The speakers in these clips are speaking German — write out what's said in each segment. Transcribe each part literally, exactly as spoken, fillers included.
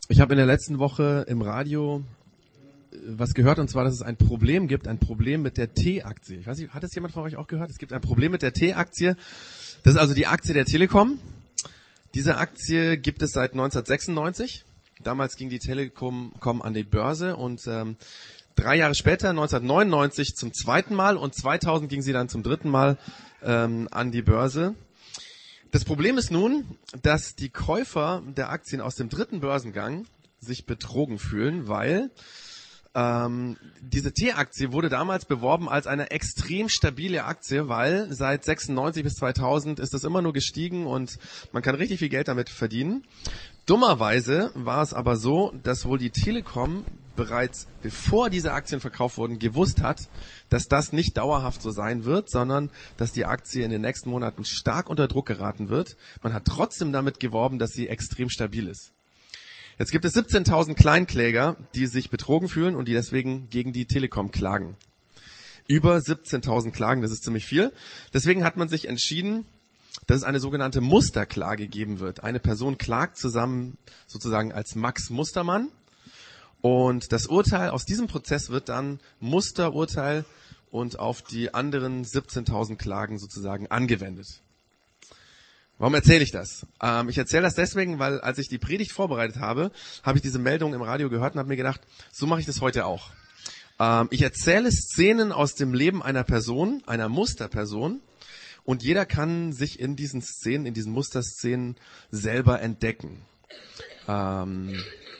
Ich habe in der letzten Woche im Radio was gehört, und zwar, dass es ein Problem gibt, ein Problem mit der T-Aktie. Ich weiß nicht, hat das jemand von euch auch gehört? Es gibt ein Problem mit der T-Aktie. Das ist also die Aktie der Telekom. Diese Aktie gibt es seit neunzehnhundertsechsundneunzig. Damals ging die Telekom an die Börse und ähm, drei Jahre später, neunzehnhundertneunundneunzig, zum zweiten Mal und zweitausend ging sie dann zum dritten Mal ähm, an die Börse. Das Problem ist nun, dass die Käufer der Aktien aus dem dritten Börsengang sich betrogen fühlen, weil ähm, diese T-Aktie wurde damals beworben als eine extrem stabile Aktie, weil seit sechsundneunzig bis zweitausend ist das immer nur gestiegen und man kann richtig viel Geld damit verdienen. Dummerweise war es aber so, dass wohl die Telekom bereits bevor diese Aktien verkauft wurden, gewusst hat, dass das nicht dauerhaft so sein wird, sondern dass die Aktie in den nächsten Monaten stark unter Druck geraten wird. Man hat trotzdem damit geworben, dass sie extrem stabil ist. Jetzt gibt es siebzehntausend Kleinkläger, die sich betrogen fühlen und die deswegen gegen die Telekom klagen. Über siebzehntausend Klagen, das ist ziemlich viel. Deswegen hat man sich entschieden, dass es eine sogenannte Musterklage geben wird. Eine Person klagt zusammen sozusagen als Max Mustermann. Und das Urteil aus diesem Prozess wird dann Musterurteil und auf die anderen siebzehntausend Klagen sozusagen angewendet. Warum erzähle ich das? Ähm, ich erzähle das deswegen, weil als ich die Predigt vorbereitet habe, habe ich diese Meldung im Radio gehört und habe mir gedacht, so mache ich das heute auch. Ähm, ich erzähle Szenen aus dem Leben einer Person, einer Musterperson, und jeder kann sich in diesen Szenen, in diesen Musterszenen selber entdecken. Ähm,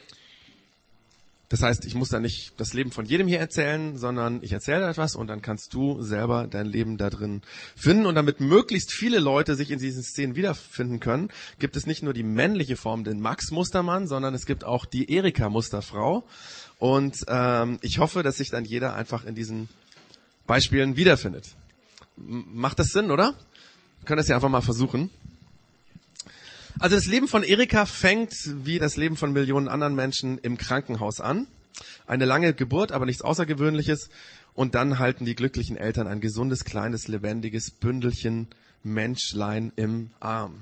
Das heißt, ich muss da nicht das Leben von jedem hier erzählen, sondern ich erzähle etwas und dann kannst du selber dein Leben da drin finden. Und damit möglichst viele Leute sich in diesen Szenen wiederfinden können, gibt es nicht nur die männliche Form, den Max Mustermann, sondern es gibt auch die Erika Musterfrau. Und ähm, ich hoffe, dass sich dann jeder einfach in diesen Beispielen wiederfindet. M- macht das Sinn, oder? Wir können das ja einfach mal versuchen. Also das Leben von Erika fängt, wie das Leben von Millionen anderen Menschen, im Krankenhaus an. Eine lange Geburt, aber nichts Außergewöhnliches. Und dann halten die glücklichen Eltern ein gesundes, kleines, lebendiges Bündelchen Menschlein im Arm.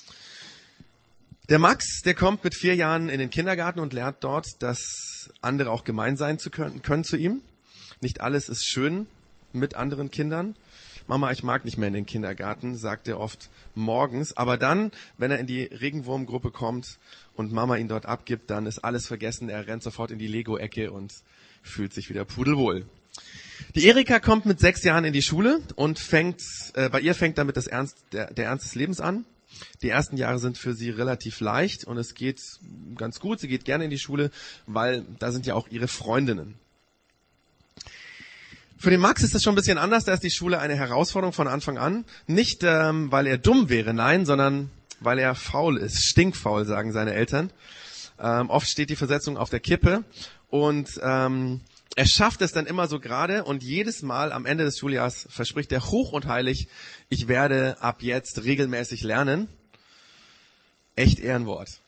Der Max, der kommt mit vier Jahren in den Kindergarten und lernt dort, dass andere auch gemein sein zu können, können zu ihm. Nicht alles ist schön mit anderen Kindern. Mama, ich mag nicht mehr in den Kindergarten, sagt er oft morgens. Aber dann, wenn er in die Regenwurmgruppe kommt und Mama ihn dort abgibt, dann ist alles vergessen. Er rennt sofort in die Lego-Ecke und fühlt sich wieder pudelwohl. Die Erika kommt mit sechs Jahren in die Schule und fängt, äh, bei ihr fängt damit das Ernst, der, der Ernst des Lebens an. Die ersten Jahre sind für sie relativ leicht und es geht ganz gut. Sie geht gerne in die Schule, weil da sind ja auch ihre Freundinnen. Für den Max ist das schon ein bisschen anders, da ist die Schule eine Herausforderung von Anfang an. Nicht, ähm, weil er dumm wäre, nein, sondern weil er faul ist, stinkfaul, sagen seine Eltern. Ähm, oft steht die Versetzung auf der Kippe und ähm, er schafft es dann immer so gerade und jedes Mal am Ende des Schuljahres verspricht er hoch und heilig, ich werde ab jetzt regelmäßig lernen. Echt Ehrenwort.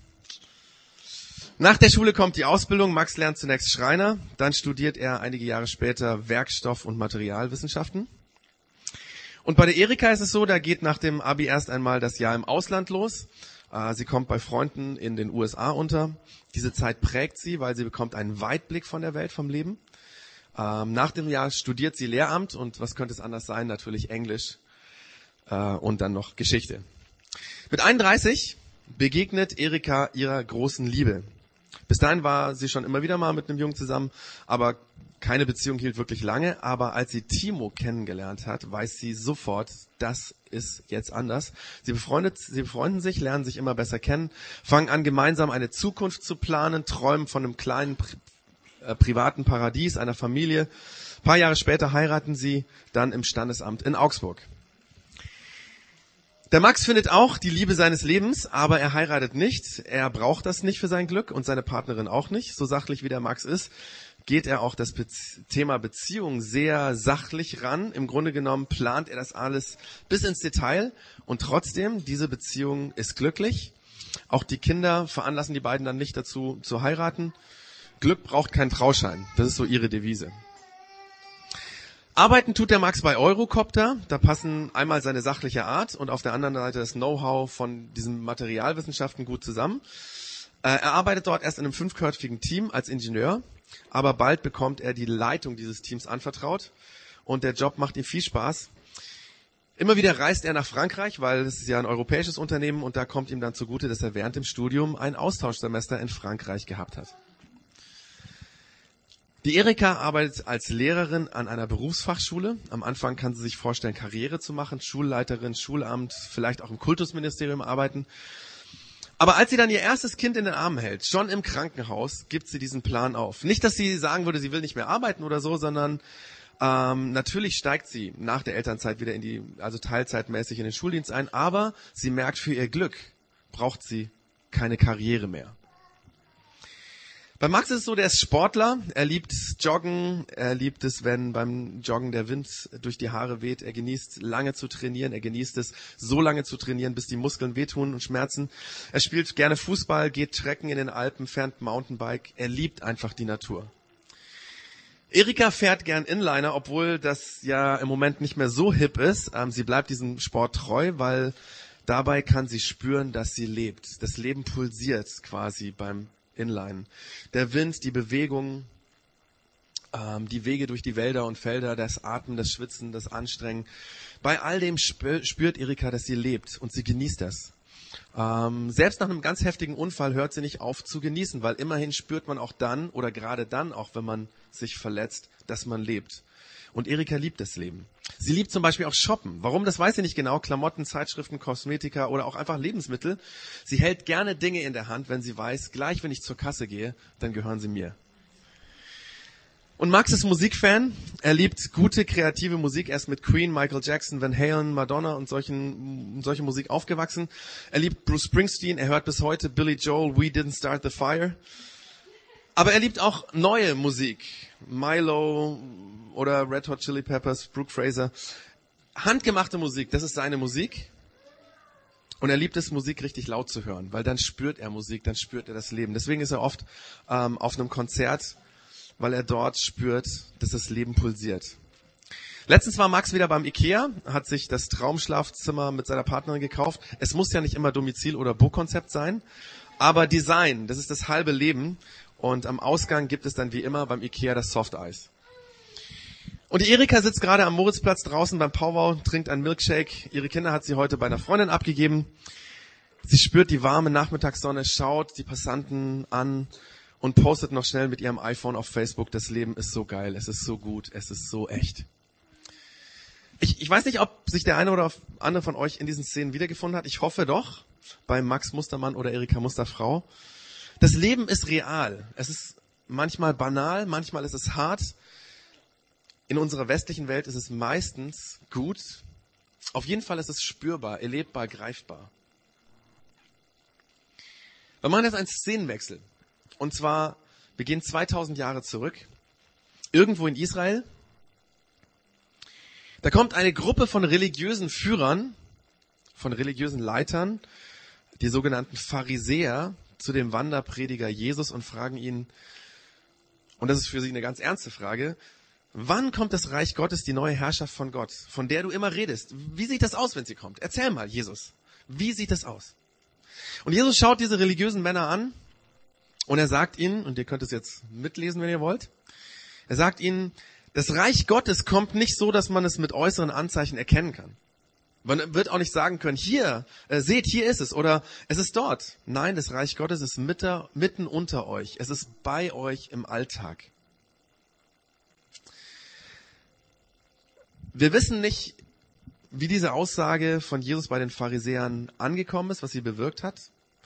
Nach der Schule kommt die Ausbildung. Max lernt zunächst Schreiner, dann studiert er einige Jahre später Werkstoff- und Materialwissenschaften. Und bei der Erika ist es so, da geht nach dem Abi erst einmal das Jahr im Ausland los. Sie kommt bei Freunden in den U S A unter. Diese Zeit prägt sie, weil sie bekommt einen Weitblick von der Welt, vom Leben. Nach dem Jahr studiert sie Lehramt und was könnte es anders sein? Natürlich Englisch und dann noch Geschichte. Mit einunddreißig begegnet Erika ihrer großen Liebe. Bis dahin war sie schon immer wieder mal mit einem Jungen zusammen, aber keine Beziehung hielt wirklich lange. Aber als sie Timo kennengelernt hat, weiß sie sofort, das ist jetzt anders. Sie befreundet, sie befreunden sich, lernen sich immer besser kennen, fangen an, gemeinsam eine Zukunft zu planen, träumen von einem kleinen pri äh, privaten Paradies, einer Familie. Ein paar Jahre später heiraten sie dann im Standesamt in Augsburg. Der Max findet auch die Liebe seines Lebens, aber er heiratet nicht. Er braucht das nicht für sein Glück und seine Partnerin auch nicht. So sachlich wie der Max ist, geht er auch das Be- Thema Beziehung sehr sachlich ran. Im Grunde genommen plant er das alles bis ins Detail und trotzdem, diese Beziehung ist glücklich. Auch die Kinder veranlassen die beiden dann nicht dazu zu heiraten. Glück braucht keinen Trauschein. Das ist so ihre Devise. Arbeiten tut der Max bei Eurocopter. Da passen einmal seine sachliche Art und auf der anderen Seite das Know-how von diesen Materialwissenschaften gut zusammen. Äh, er arbeitet dort erst in einem fünfköpfigen Team als Ingenieur, aber bald bekommt er die Leitung dieses Teams anvertraut und der Job macht ihm viel Spaß. Immer wieder reist er nach Frankreich, weil es ist ja ein europäisches Unternehmen und da kommt ihm dann zugute, dass er während dem Studium ein Austauschsemester in Frankreich gehabt hat. Die Erika arbeitet als Lehrerin an einer Berufsfachschule. Am Anfang kann sie sich vorstellen, Karriere zu machen, Schulleiterin, Schulamt, vielleicht auch im Kultusministerium arbeiten. Aber als sie dann ihr erstes Kind in den Armen hält, schon im Krankenhaus, gibt sie diesen Plan auf. Nicht, dass sie sagen würde, sie will nicht mehr arbeiten oder so, sondern ähm, natürlich steigt sie nach der Elternzeit wieder in die, also teilzeitmäßig in den Schuldienst ein, aber sie merkt, für ihr Glück braucht sie keine Karriere mehr. Bei Max ist es so, der ist Sportler, er liebt Joggen, er liebt es, wenn beim Joggen der Wind durch die Haare weht, er genießt lange zu trainieren, er genießt es, so lange zu trainieren, bis die Muskeln wehtun und schmerzen. Er spielt gerne Fußball, geht trekken in den Alpen, fährt Mountainbike, er liebt einfach die Natur. Erika fährt gern Inliner, obwohl das ja im Moment nicht mehr so hip ist. Ähm, sie bleibt diesem Sport treu, weil dabei kann sie spüren, dass sie lebt. Das Leben pulsiert quasi beim Inline. Der Wind, die Bewegung, ähm, die Wege durch die Wälder und Felder, das Atmen, das Schwitzen, das Anstrengen. Bei all dem spür, spürt Erika, dass sie lebt und sie genießt das. Ähm, selbst nach einem ganz heftigen Unfall hört sie nicht auf zu genießen, weil immerhin spürt man auch dann oder gerade dann, auch wenn man sich verletzt, dass man lebt. Und Erika liebt das Leben. Sie liebt zum Beispiel auch Shoppen. Warum, das weiß sie nicht genau. Klamotten, Zeitschriften, Kosmetika oder auch einfach Lebensmittel. Sie hält gerne Dinge in der Hand, wenn sie weiß, gleich wenn ich zur Kasse gehe, dann gehören sie mir. Und Max ist Musikfan. Er liebt gute, kreative Musik. Er ist mit Queen, Michael Jackson, Van Halen, Madonna und solchen, solche Musik aufgewachsen. Er liebt Bruce Springsteen. Er hört bis heute Billy Joel, We Didn't Start the Fire. Aber er liebt auch neue Musik. Milo oder Red Hot Chili Peppers, Brooke Fraser. Handgemachte Musik, das ist seine Musik. Und er liebt es, Musik richtig laut zu hören, weil dann spürt er Musik, dann spürt er das Leben. Deswegen ist er oft ähm, auf einem Konzert, weil er dort spürt, dass das Leben pulsiert. Letztens war Max wieder beim Ikea, hat sich das Traumschlafzimmer mit seiner Partnerin gekauft. Es muss ja nicht immer Domizil- oder Bo-Konzept sein, aber Design, das ist das halbe Leben. Und am Ausgang gibt es dann wie immer beim Ikea das Softeis. Und die Erika sitzt gerade am Moritzplatz draußen beim Powwow, trinkt einen Milkshake. Ihre Kinder hat sie heute bei einer Freundin abgegeben. Sie spürt die warme Nachmittagssonne, schaut die Passanten an und postet noch schnell mit ihrem iPhone auf Facebook, das Leben ist so geil, es ist so gut, es ist so echt. Ich, ich weiß nicht, ob sich der eine oder andere von euch in diesen Szenen wiedergefunden hat. Ich hoffe doch, bei Max Mustermann oder Erika Musterfrau. Das Leben ist real. Es ist manchmal banal, manchmal ist es hart. In unserer westlichen Welt ist es meistens gut. Auf jeden Fall ist es spürbar, erlebbar, greifbar. Wir machen jetzt einen Szenenwechsel. Und zwar, wir gehen zweitausend Jahre zurück. Irgendwo in Israel. Da kommt eine Gruppe von religiösen Führern, von religiösen Leitern, die sogenannten Pharisäer, zu dem Wanderprediger Jesus und fragen ihn, und das ist für sie eine ganz ernste Frage, wann kommt das Reich Gottes, die neue Herrschaft von Gott, von der du immer redest? Wie sieht das aus, wenn sie kommt? Erzähl mal, Jesus. Wie sieht das aus? Und Jesus schaut diese religiösen Männer an und er sagt ihnen, und ihr könnt es jetzt mitlesen, wenn ihr wollt, er sagt ihnen, das Reich Gottes kommt nicht so, dass man es mit äußeren Anzeichen erkennen kann. Man wird auch nicht sagen können, hier, äh, seht, hier ist es oder es ist dort. Nein, das Reich Gottes ist mitter, mitten unter euch. Es ist bei euch im Alltag. Wir wissen nicht, wie diese Aussage von Jesus bei den Pharisäern angekommen ist, was sie bewirkt hat.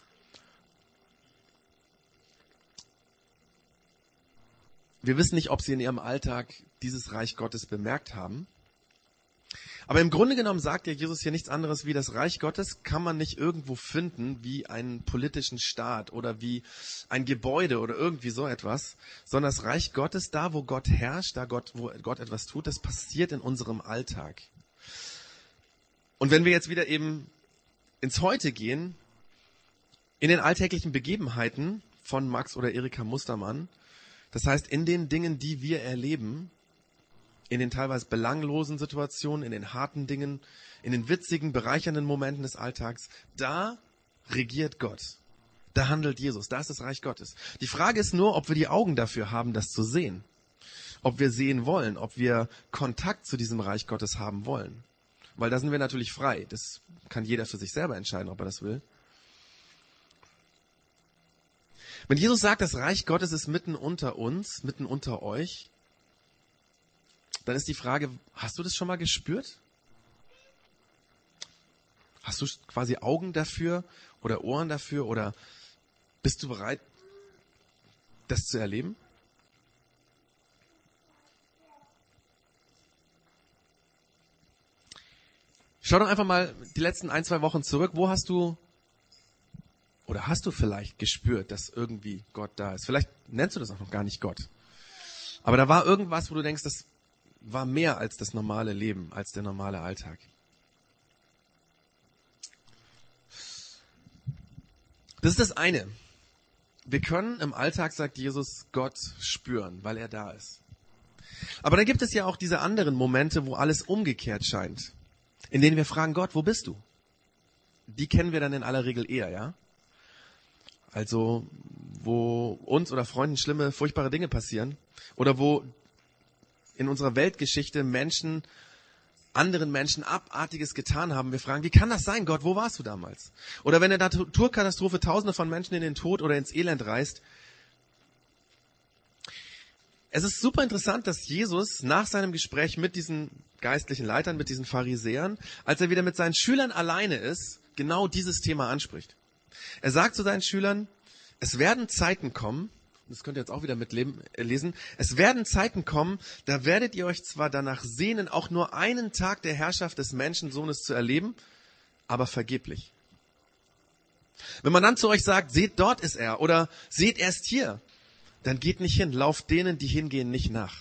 Wir wissen nicht, ob sie in ihrem Alltag dieses Reich Gottes bemerkt haben. Aber im Grunde genommen sagt ja Jesus hier nichts anderes wie, das Reich Gottes kann man nicht irgendwo finden wie einen politischen Staat oder wie ein Gebäude oder irgendwie so etwas, sondern das Reich Gottes, da wo Gott herrscht, da Gott, wo Gott etwas tut, das passiert in unserem Alltag. Und wenn wir jetzt wieder eben ins Heute gehen, in den alltäglichen Begebenheiten von Max oder Erika Mustermann, das heißt in den Dingen, die wir erleben, in den teilweise belanglosen Situationen, in den harten Dingen, in den witzigen, bereichernden Momenten des Alltags, da regiert Gott. Da handelt Jesus, da ist das Reich Gottes. Die Frage ist nur, ob wir die Augen dafür haben, das zu sehen. Ob wir sehen wollen, ob wir Kontakt zu diesem Reich Gottes haben wollen. Weil da sind wir natürlich frei. Das kann jeder für sich selber entscheiden, ob er das will. Wenn Jesus sagt, das Reich Gottes ist mitten unter uns, mitten unter euch, dann ist die Frage, hast du das schon mal gespürt? Hast du quasi Augen dafür oder Ohren dafür oder bist du bereit, das zu erleben? Schau doch einfach mal die letzten ein, zwei Wochen zurück. Wo hast du oder hast du vielleicht gespürt, dass irgendwie Gott da ist? Vielleicht nennst du das auch noch gar nicht Gott. Aber da war irgendwas, wo du denkst, das war mehr als das normale Leben, als der normale Alltag. Das ist das eine. Wir können im Alltag, sagt Jesus, Gott spüren, weil er da ist. Aber dann gibt es ja auch diese anderen Momente, wo alles umgekehrt scheint. In denen wir fragen, Gott, wo bist du? Die kennen wir dann in aller Regel eher, ja? Also, wo uns oder Freunden schlimme, furchtbare Dinge passieren. Oder wo in unserer Weltgeschichte Menschen, anderen Menschen Abartiges getan haben. Wir fragen, wie kann das sein, Gott, wo warst du damals? Oder wenn eine Naturkatastrophe Tausende von Menschen in den Tod oder ins Elend reißt. Es ist super interessant, dass Jesus nach seinem Gespräch mit diesen geistlichen Leitern, mit diesen Pharisäern, als er wieder mit seinen Schülern alleine ist, genau dieses Thema anspricht. Er sagt zu seinen Schülern, es werden Zeiten kommen, das könnt ihr jetzt auch wieder mitlesen, es werden Zeiten kommen, da werdet ihr euch zwar danach sehnen, auch nur einen Tag der Herrschaft des Menschensohnes zu erleben, aber vergeblich. Wenn man dann zu euch sagt, seht, dort ist er, oder seht, er ist hier, dann geht nicht hin, lauft denen, die hingehen, nicht nach.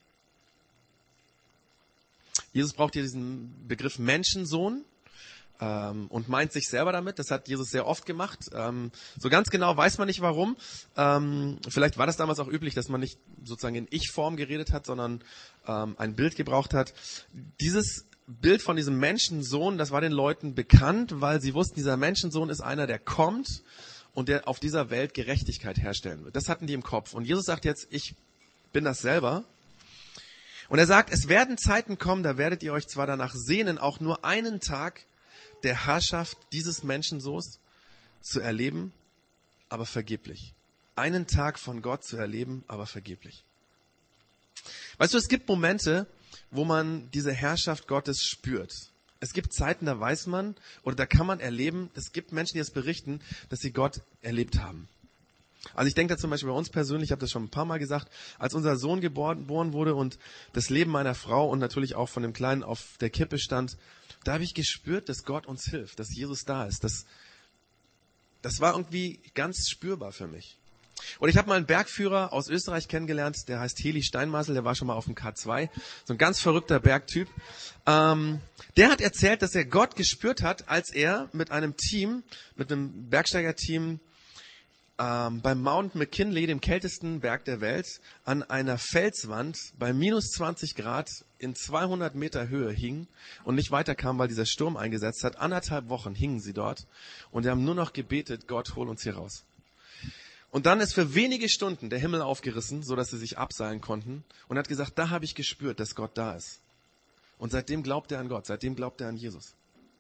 Jesus braucht hier diesen Begriff Menschensohn ähm, und meint sich selber damit. Das hat Jesus sehr oft gemacht. Ähm, so ganz genau weiß man nicht warum. Ähm, vielleicht war das damals auch üblich, dass man nicht sozusagen in Ich-Form geredet hat, sondern ähm, ein Bild gebraucht hat. Dieses Bild von diesem Menschensohn, das war den Leuten bekannt, weil sie wussten, dieser Menschensohn ist einer, der kommt und der auf dieser Welt Gerechtigkeit herstellen wird. Das hatten die im Kopf. Und Jesus sagt jetzt, ich bin das selber. Und er sagt, es werden Zeiten kommen, da werdet ihr euch zwar danach sehnen, auch nur einen Tag der Herrschaft dieses Menschensohns zu erleben, aber vergeblich. Einen Tag von Gott zu erleben, aber vergeblich. Weißt du, es gibt Momente, wo man diese Herrschaft Gottes spürt. Es gibt Zeiten, da weiß man oder da kann man erleben, es gibt Menschen, die es berichten, dass sie Gott erlebt haben. Also ich denke da zum Beispiel bei uns persönlich, ich habe das schon ein paar Mal gesagt, als unser Sohn geboren, geboren wurde und das Leben meiner Frau und natürlich auch von dem Kleinen auf der Kippe stand, da habe ich gespürt, dass Gott uns hilft, dass Jesus da ist. Das, das war irgendwie ganz spürbar für mich. Und ich habe mal einen Bergführer aus Österreich kennengelernt, der heißt Heli Steinmassel, der war schon mal auf dem K zwei, so ein ganz verrückter Bergtyp. Ähm, der hat erzählt, dass er Gott gespürt hat, als er mit einem Team, mit einem Bergsteigerteam, Ähm, beim Mount McKinley, dem kältesten Berg der Welt, an einer Felswand bei minus zwanzig Grad in zweihundert Meter Höhe hing und nicht weiterkam, weil dieser Sturm eingesetzt hat. Anderthalb Wochen hingen sie dort und sie haben nur noch gebetet, Gott, hol uns hier raus. Und dann ist für wenige Stunden der Himmel aufgerissen, sodass sie sich abseilen konnten und hat gesagt, da habe ich gespürt, dass Gott da ist. Und seitdem glaubt er an Gott, seitdem glaubt er an Jesus.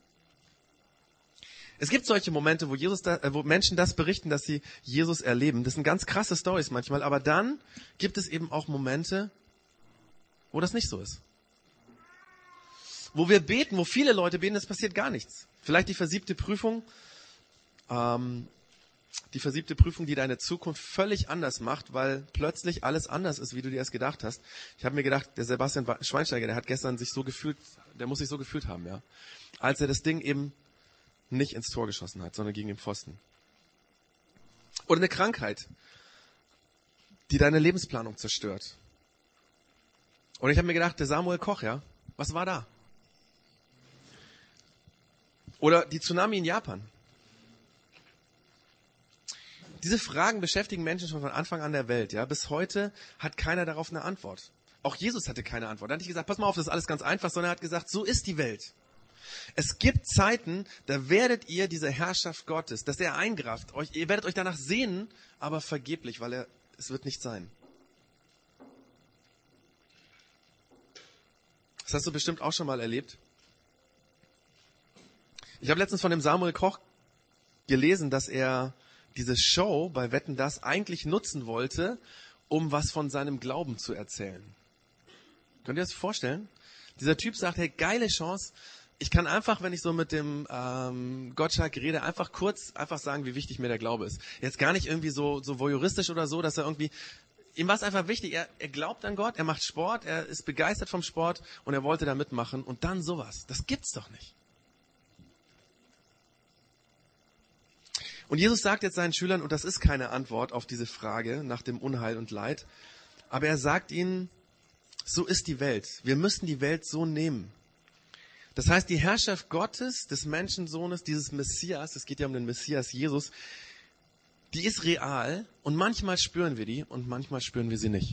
Es gibt solche Momente, wo, Jesus da, wo Menschen das berichten, dass sie Jesus erleben. Das sind ganz krasse Storys manchmal. Aber dann gibt es eben auch Momente, wo das nicht so ist. Wo wir beten, wo viele Leute beten, es passiert gar nichts. Vielleicht die versiebte Prüfung, ähm, die versiebte Prüfung, die deine Zukunft völlig anders macht, weil plötzlich alles anders ist, wie du dir es gedacht hast. Ich habe mir gedacht, der Sebastian Schweinsteiger, der hat gestern sich so gefühlt, der muss sich so gefühlt haben, ja, als er das Ding eben nicht ins Tor geschossen hat, sondern gegen den Pfosten. Oder eine Krankheit, die deine Lebensplanung zerstört. Und ich habe mir gedacht, der Samuel Koch, ja, was war da? Oder die Tsunami in Japan. Diese Fragen beschäftigen Menschen schon von Anfang an der Welt, ja. Bis heute hat keiner darauf eine Antwort. Auch Jesus hatte keine Antwort. Er hat nicht gesagt, pass mal auf, das ist alles ganz einfach, sondern er hat gesagt, so ist die Welt. Es gibt Zeiten, da werdet ihr diese Herrschaft Gottes, dass er eingreift, euch, ihr werdet euch danach sehnen, aber vergeblich, weil er, es wird nicht sein. Das hast du bestimmt auch schon mal erlebt. Ich habe letztens von dem Samuel Koch gelesen, dass er diese Show bei Wetten, dass eigentlich nutzen wollte, um was von seinem Glauben zu erzählen. Könnt ihr das vorstellen? Dieser Typ sagt, hey, geile Chance. Ich kann einfach, wenn ich so mit dem ähm, Gottschalk rede, einfach kurz einfach sagen, wie wichtig mir der Glaube ist. Jetzt gar nicht irgendwie so, so voyeuristisch oder so, dass er irgendwie... Ihm war es einfach wichtig, er, er glaubt an Gott, er macht Sport, er ist begeistert vom Sport und er wollte da mitmachen. Und dann sowas. Das gibt's doch nicht. Und Jesus sagt jetzt seinen Schülern, und das ist keine Antwort auf diese Frage nach dem Unheil und Leid, aber er sagt ihnen, so ist die Welt. Wir müssen die Welt so nehmen. Das heißt, die Herrschaft Gottes, des Menschensohnes, dieses Messias, es geht ja um den Messias Jesus, die ist real und manchmal spüren wir die und manchmal spüren wir sie nicht.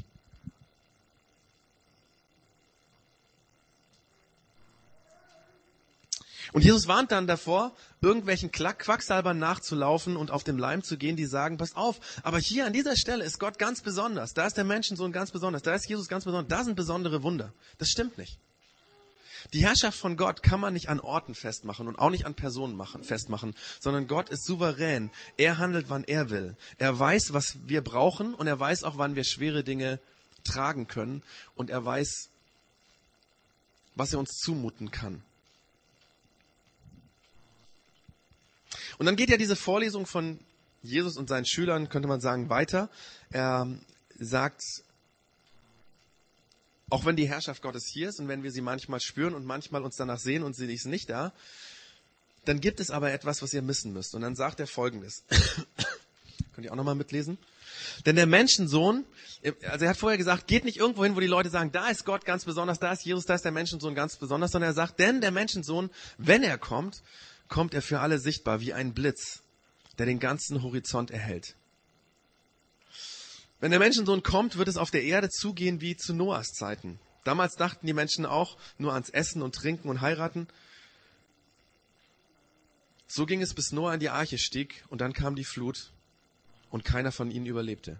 Und Jesus warnt dann davor, irgendwelchen Quacksalbern nachzulaufen und auf dem Leim zu gehen, die sagen, pass auf, aber hier an dieser Stelle ist Gott ganz besonders, da ist der Menschensohn ganz besonders, da ist Jesus ganz besonders, da sind besondere Wunder. Das stimmt nicht. Die Herrschaft von Gott kann man nicht an Orten festmachen und auch nicht an Personen machen, festmachen, sondern Gott ist souverän. Er handelt, wann er will. Er weiß, was wir brauchen und er weiß auch, wann wir schwere Dinge tragen können und er weiß, was er uns zumuten kann. Und dann geht ja diese Vorlesung von Jesus und seinen Schülern, könnte man sagen, weiter. Er sagt, auch wenn die Herrschaft Gottes hier ist und wenn wir sie manchmal spüren und manchmal uns danach sehen und sie ist nicht da, dann gibt es aber etwas, was ihr missen müsst. Und dann sagt er Folgendes. Könnt ihr auch nochmal mitlesen? Denn der Menschensohn, also er hat vorher gesagt, geht nicht irgendwo hin, wo die Leute sagen, da ist Gott ganz besonders, da ist Jesus, da ist der Menschensohn ganz besonders, sondern er sagt, denn der Menschensohn, wenn er kommt, kommt er für alle sichtbar wie ein Blitz, der den ganzen Horizont erhellt. Wenn der Menschensohn kommt, wird es auf der Erde zugehen wie zu Noahs Zeiten. Damals dachten die Menschen auch nur ans Essen und Trinken und Heiraten. So ging es, bis Noah in die Arche stieg und dann kam die Flut und keiner von ihnen überlebte.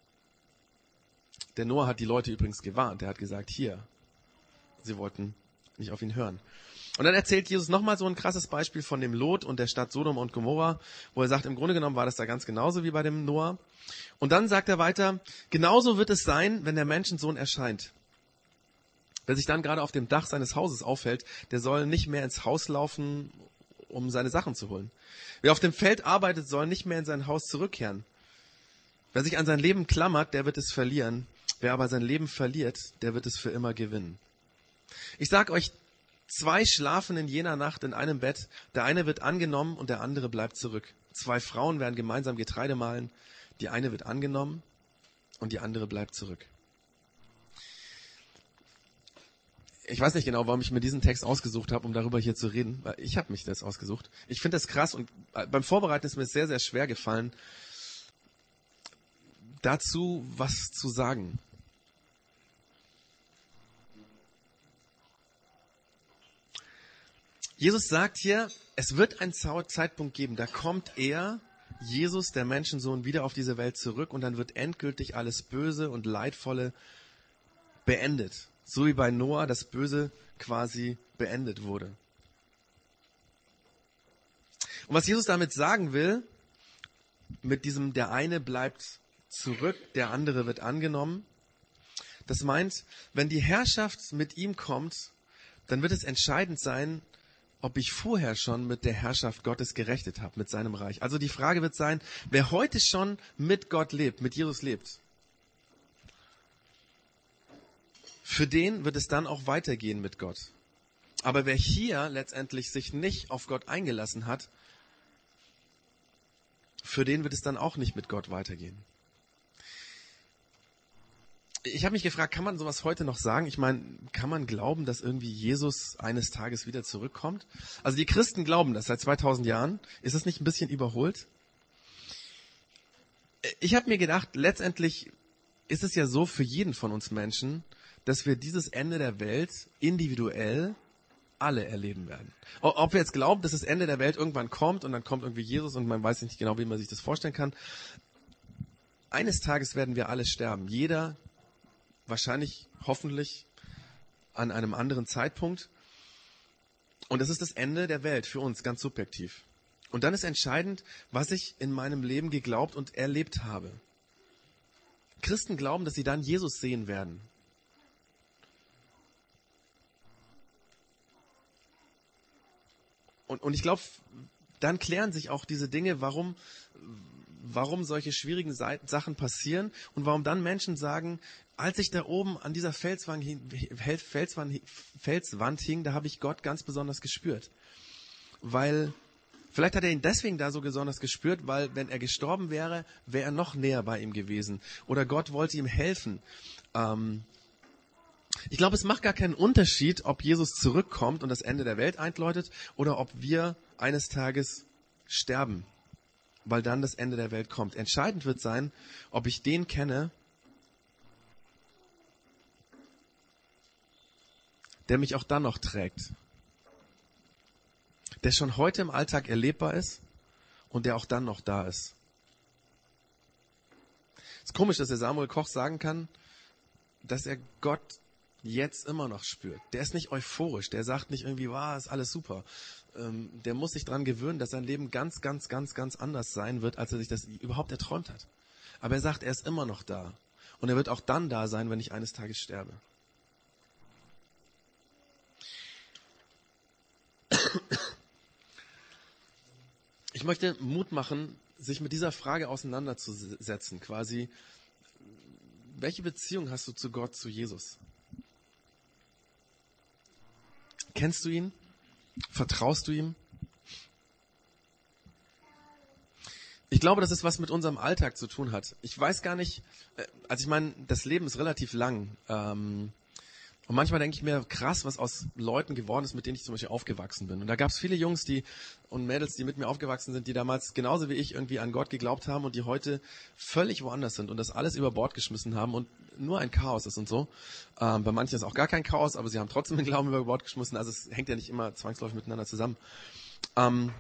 Der Noah hat die Leute übrigens gewarnt. Er hat gesagt, hier, sie wollten nicht auf ihn hören. Und dann erzählt Jesus nochmal so ein krasses Beispiel von dem Lot und der Stadt Sodom und Gomorra, wo er sagt, im Grunde genommen war das da ganz genauso wie bei dem Noah. Und dann sagt er weiter, genauso wird es sein, wenn der Menschensohn erscheint. Wer sich dann gerade auf dem Dach seines Hauses aufhält, der soll nicht mehr ins Haus laufen, um seine Sachen zu holen. Wer auf dem Feld arbeitet, soll nicht mehr in sein Haus zurückkehren. Wer sich an sein Leben klammert, der wird es verlieren. Wer aber sein Leben verliert, der wird es für immer gewinnen. Ich sage euch, zwei schlafen in jener Nacht in einem Bett. Der eine wird angenommen und der andere bleibt zurück. Zwei Frauen werden gemeinsam Getreide mahlen. Die eine wird angenommen und die andere bleibt zurück. Ich weiß nicht genau, warum ich mir diesen Text ausgesucht habe, um darüber hier zu reden. Weil ich habe mich das ausgesucht. Ich finde das krass und beim Vorbereiten ist mir sehr, sehr schwer gefallen, dazu was zu sagen. Jesus sagt hier, es wird einen Zeitpunkt geben, da kommt er, Jesus, der Menschensohn, wieder auf diese Welt zurück und dann wird endgültig alles Böse und Leidvolle beendet. So wie bei Noah das Böse quasi beendet wurde. Und was Jesus damit sagen will, mit diesem, der eine bleibt zurück, der andere wird angenommen, das meint, wenn die Herrschaft mit ihm kommt, dann wird es entscheidend sein, ob ich vorher schon mit der Herrschaft Gottes gerechnet habe, mit seinem Reich. Also die Frage wird sein, wer heute schon mit Gott lebt, mit Jesus lebt, für den wird es dann auch weitergehen mit Gott. Aber wer hier letztendlich sich nicht auf Gott eingelassen hat, für den wird es dann auch nicht mit Gott weitergehen. Ich habe mich gefragt, kann man sowas heute noch sagen? Ich meine, kann man glauben, dass irgendwie Jesus eines Tages wieder zurückkommt? Also die Christen glauben das seit zweitausend Jahren. Ist das nicht ein bisschen überholt? Ich habe mir gedacht, letztendlich ist es ja so für jeden von uns Menschen, dass wir dieses Ende der Welt individuell alle erleben werden. Ob wir jetzt glauben, dass das Ende der Welt irgendwann kommt und dann kommt irgendwie Jesus und man weiß nicht genau, wie man sich das vorstellen kann. Eines Tages werden wir alle sterben. Jeder, wahrscheinlich, hoffentlich, an einem anderen Zeitpunkt. Und das ist das Ende der Welt für uns, ganz subjektiv. Und dann ist entscheidend, was ich in meinem Leben geglaubt und erlebt habe. Christen glauben, dass sie dann Jesus sehen werden. Und, und ich glaube, dann klären sich auch diese Dinge, warum, warum solche schwierigen Sachen passieren und warum dann Menschen sagen, als ich da oben an dieser Felswand, Felswand, Felswand hing, da habe ich Gott ganz besonders gespürt. Weil, vielleicht hat er ihn deswegen da so besonders gespürt, weil wenn er gestorben wäre, wäre er noch näher bei ihm gewesen. Oder Gott wollte ihm helfen. Ähm, ich glaube, es macht gar keinen Unterschied, ob Jesus zurückkommt und das Ende der Welt einläutet oder ob wir eines Tages sterben, weil dann das Ende der Welt kommt. Entscheidend wird sein, ob ich den kenne, der mich auch dann noch trägt. Der schon heute im Alltag erlebbar ist und der auch dann noch da ist. Es ist komisch, dass der Samuel Koch sagen kann, dass er Gott jetzt immer noch spürt. Der ist nicht euphorisch, der sagt nicht irgendwie, wow, ist alles super. Ähm, der muss sich daran gewöhnen, dass sein Leben ganz, ganz, ganz, ganz anders sein wird, als er sich das überhaupt erträumt hat. Aber er sagt, er ist immer noch da. Und er wird auch dann da sein, wenn ich eines Tages sterbe. Ich möchte Mut machen, sich mit dieser Frage auseinanderzusetzen. Quasi, welche Beziehung hast du zu Gott, zu Jesus? Kennst du ihn? Vertraust du ihm? Ich glaube, dass es was mit unserem Alltag zu tun hat. Ich weiß gar nicht, also ich meine, das Leben ist relativ lang. Ähm, Und manchmal denke ich mir, krass, was aus Leuten geworden ist, mit denen ich zum Beispiel aufgewachsen bin. Und da gab es viele Jungs die und Mädels, die mit mir aufgewachsen sind, die damals genauso wie ich irgendwie an Gott geglaubt haben und die heute völlig woanders sind und das alles über Bord geschmissen haben und nur ein Chaos ist und so. Ähm, bei manchen ist auch gar kein Chaos, aber sie haben trotzdem den Glauben über Bord geschmissen. Also es hängt ja nicht immer zwangsläufig miteinander zusammen. Ähm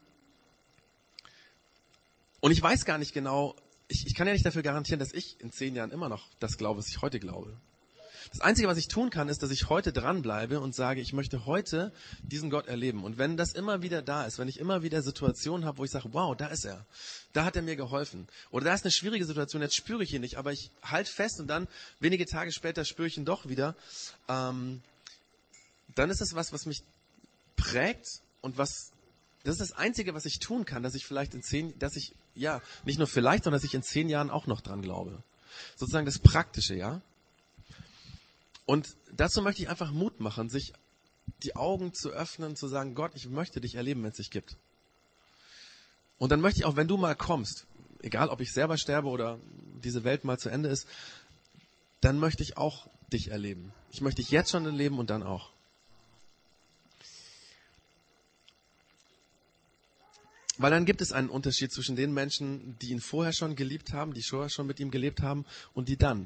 und ich weiß gar nicht genau, ich, ich kann ja nicht dafür garantieren, dass ich in zehn Jahren immer noch das glaube, was ich heute glaube. Das Einzige, was ich tun kann, ist, dass ich heute dranbleibe und sage, ich möchte heute diesen Gott erleben. Und wenn das immer wieder da ist, wenn ich immer wieder Situationen habe, wo ich sage, wow, da ist er, da hat er mir geholfen. Oder da ist eine schwierige Situation, jetzt spüre ich ihn nicht, aber ich halte fest und dann, wenige Tage später, spüre ich ihn doch wieder. Ähm, dann ist das was, was mich prägt und was, das ist das Einzige, was ich tun kann, dass ich vielleicht in zehn, dass ich, ja, nicht nur vielleicht, sondern dass ich in zehn Jahren auch noch dran glaube. Sozusagen das Praktische, ja. Und dazu möchte ich einfach Mut machen, sich die Augen zu öffnen, zu sagen, Gott, ich möchte dich erleben, wenn es dich gibt. Und dann möchte ich auch, wenn du mal kommst, egal ob ich selber sterbe oder diese Welt mal zu Ende ist, dann möchte ich auch dich erleben. Ich möchte dich jetzt schon erleben und dann auch. Weil dann gibt es einen Unterschied zwischen den Menschen, die ihn vorher schon geliebt haben, die vorher schon mit ihm gelebt haben und die dann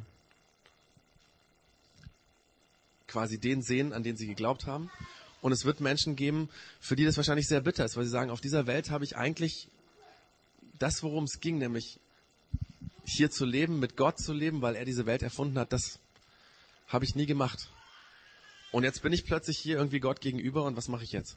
quasi den sehen, an den sie geglaubt haben. Und es wird Menschen geben, für die das wahrscheinlich sehr bitter ist, weil sie sagen, auf dieser Welt habe ich eigentlich das, worum es ging, nämlich hier zu leben, mit Gott zu leben, weil er diese Welt erfunden hat, das habe ich nie gemacht. Und jetzt bin ich plötzlich hier irgendwie Gott gegenüber und was mache ich jetzt?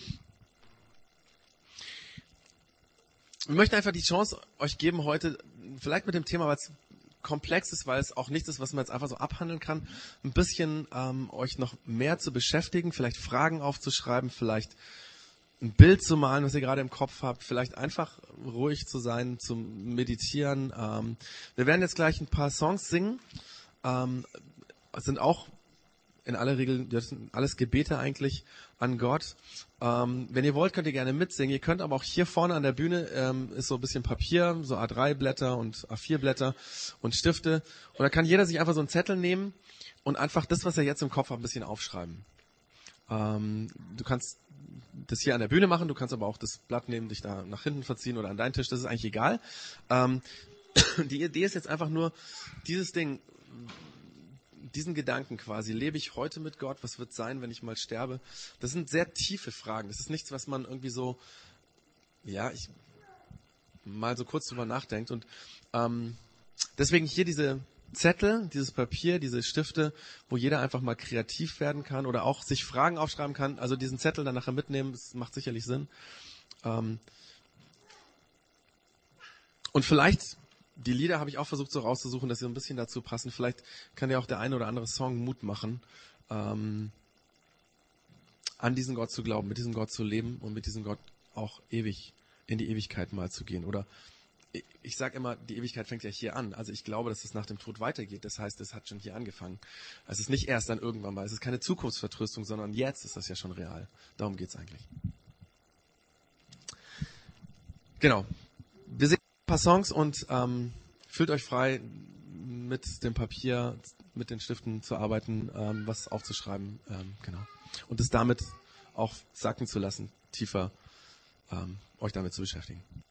Ich möchte einfach die Chance euch geben heute, vielleicht mit dem Thema, weil es komplex ist, weil es auch nichts ist, was man jetzt einfach so abhandeln kann, ein bisschen ähm, euch noch mehr zu beschäftigen, vielleicht Fragen aufzuschreiben, vielleicht ein Bild zu malen, was ihr gerade im Kopf habt, vielleicht einfach ruhig zu sein, zum Meditieren. Ähm, wir werden jetzt gleich ein paar Songs singen. Ähm, es sind auch in aller Regel, das sind alles Gebete eigentlich an Gott. Ähm, wenn ihr wollt, könnt ihr gerne mitsingen. Ihr könnt aber auch hier vorne an der Bühne, ähm, ist so ein bisschen Papier, so A drei Blätter und A vier Blätter und Stifte. Und da kann jeder sich einfach so einen Zettel nehmen und einfach das, was er jetzt im Kopf hat, ein bisschen aufschreiben. Ähm, du kannst das hier an der Bühne machen, du kannst aber auch das Blatt nehmen, dich da nach hinten verziehen oder an deinen Tisch, das ist eigentlich egal. Ähm, die Idee ist jetzt einfach nur, dieses Ding diesen Gedanken quasi, lebe ich heute mit Gott, was wird sein, wenn ich mal sterbe? Das sind sehr tiefe Fragen. Das ist nichts, was man irgendwie so, ja, ich mal so kurz drüber nachdenkt. Und ähm, deswegen hier diese Zettel, dieses Papier, diese Stifte, wo jeder einfach mal kreativ werden kann oder auch sich Fragen aufschreiben kann. Also diesen Zettel dann nachher mitnehmen, das macht sicherlich Sinn. Ähm, und vielleicht, die Lieder habe ich auch versucht so rauszusuchen, dass sie so ein bisschen dazu passen. Vielleicht kann ja auch der eine oder andere Song Mut machen, ähm, an diesen Gott zu glauben, mit diesem Gott zu leben und mit diesem Gott auch ewig in die Ewigkeit mal zu gehen. Oder ich sage immer, die Ewigkeit fängt ja hier an. Also ich glaube, dass es nach dem Tod weitergeht. Das heißt, es hat schon hier angefangen. Es ist nicht erst dann irgendwann mal. Es ist keine Zukunftsvertröstung, sondern jetzt ist das ja schon real. Darum geht's eigentlich. Genau. Wir sehen ein paar Songs und ähm, fühlt euch frei, mit dem Papier, mit den Stiften zu arbeiten, ähm, was aufzuschreiben. Ähm, genau. Und es damit auch sacken zu lassen, tiefer ähm, euch damit zu beschäftigen.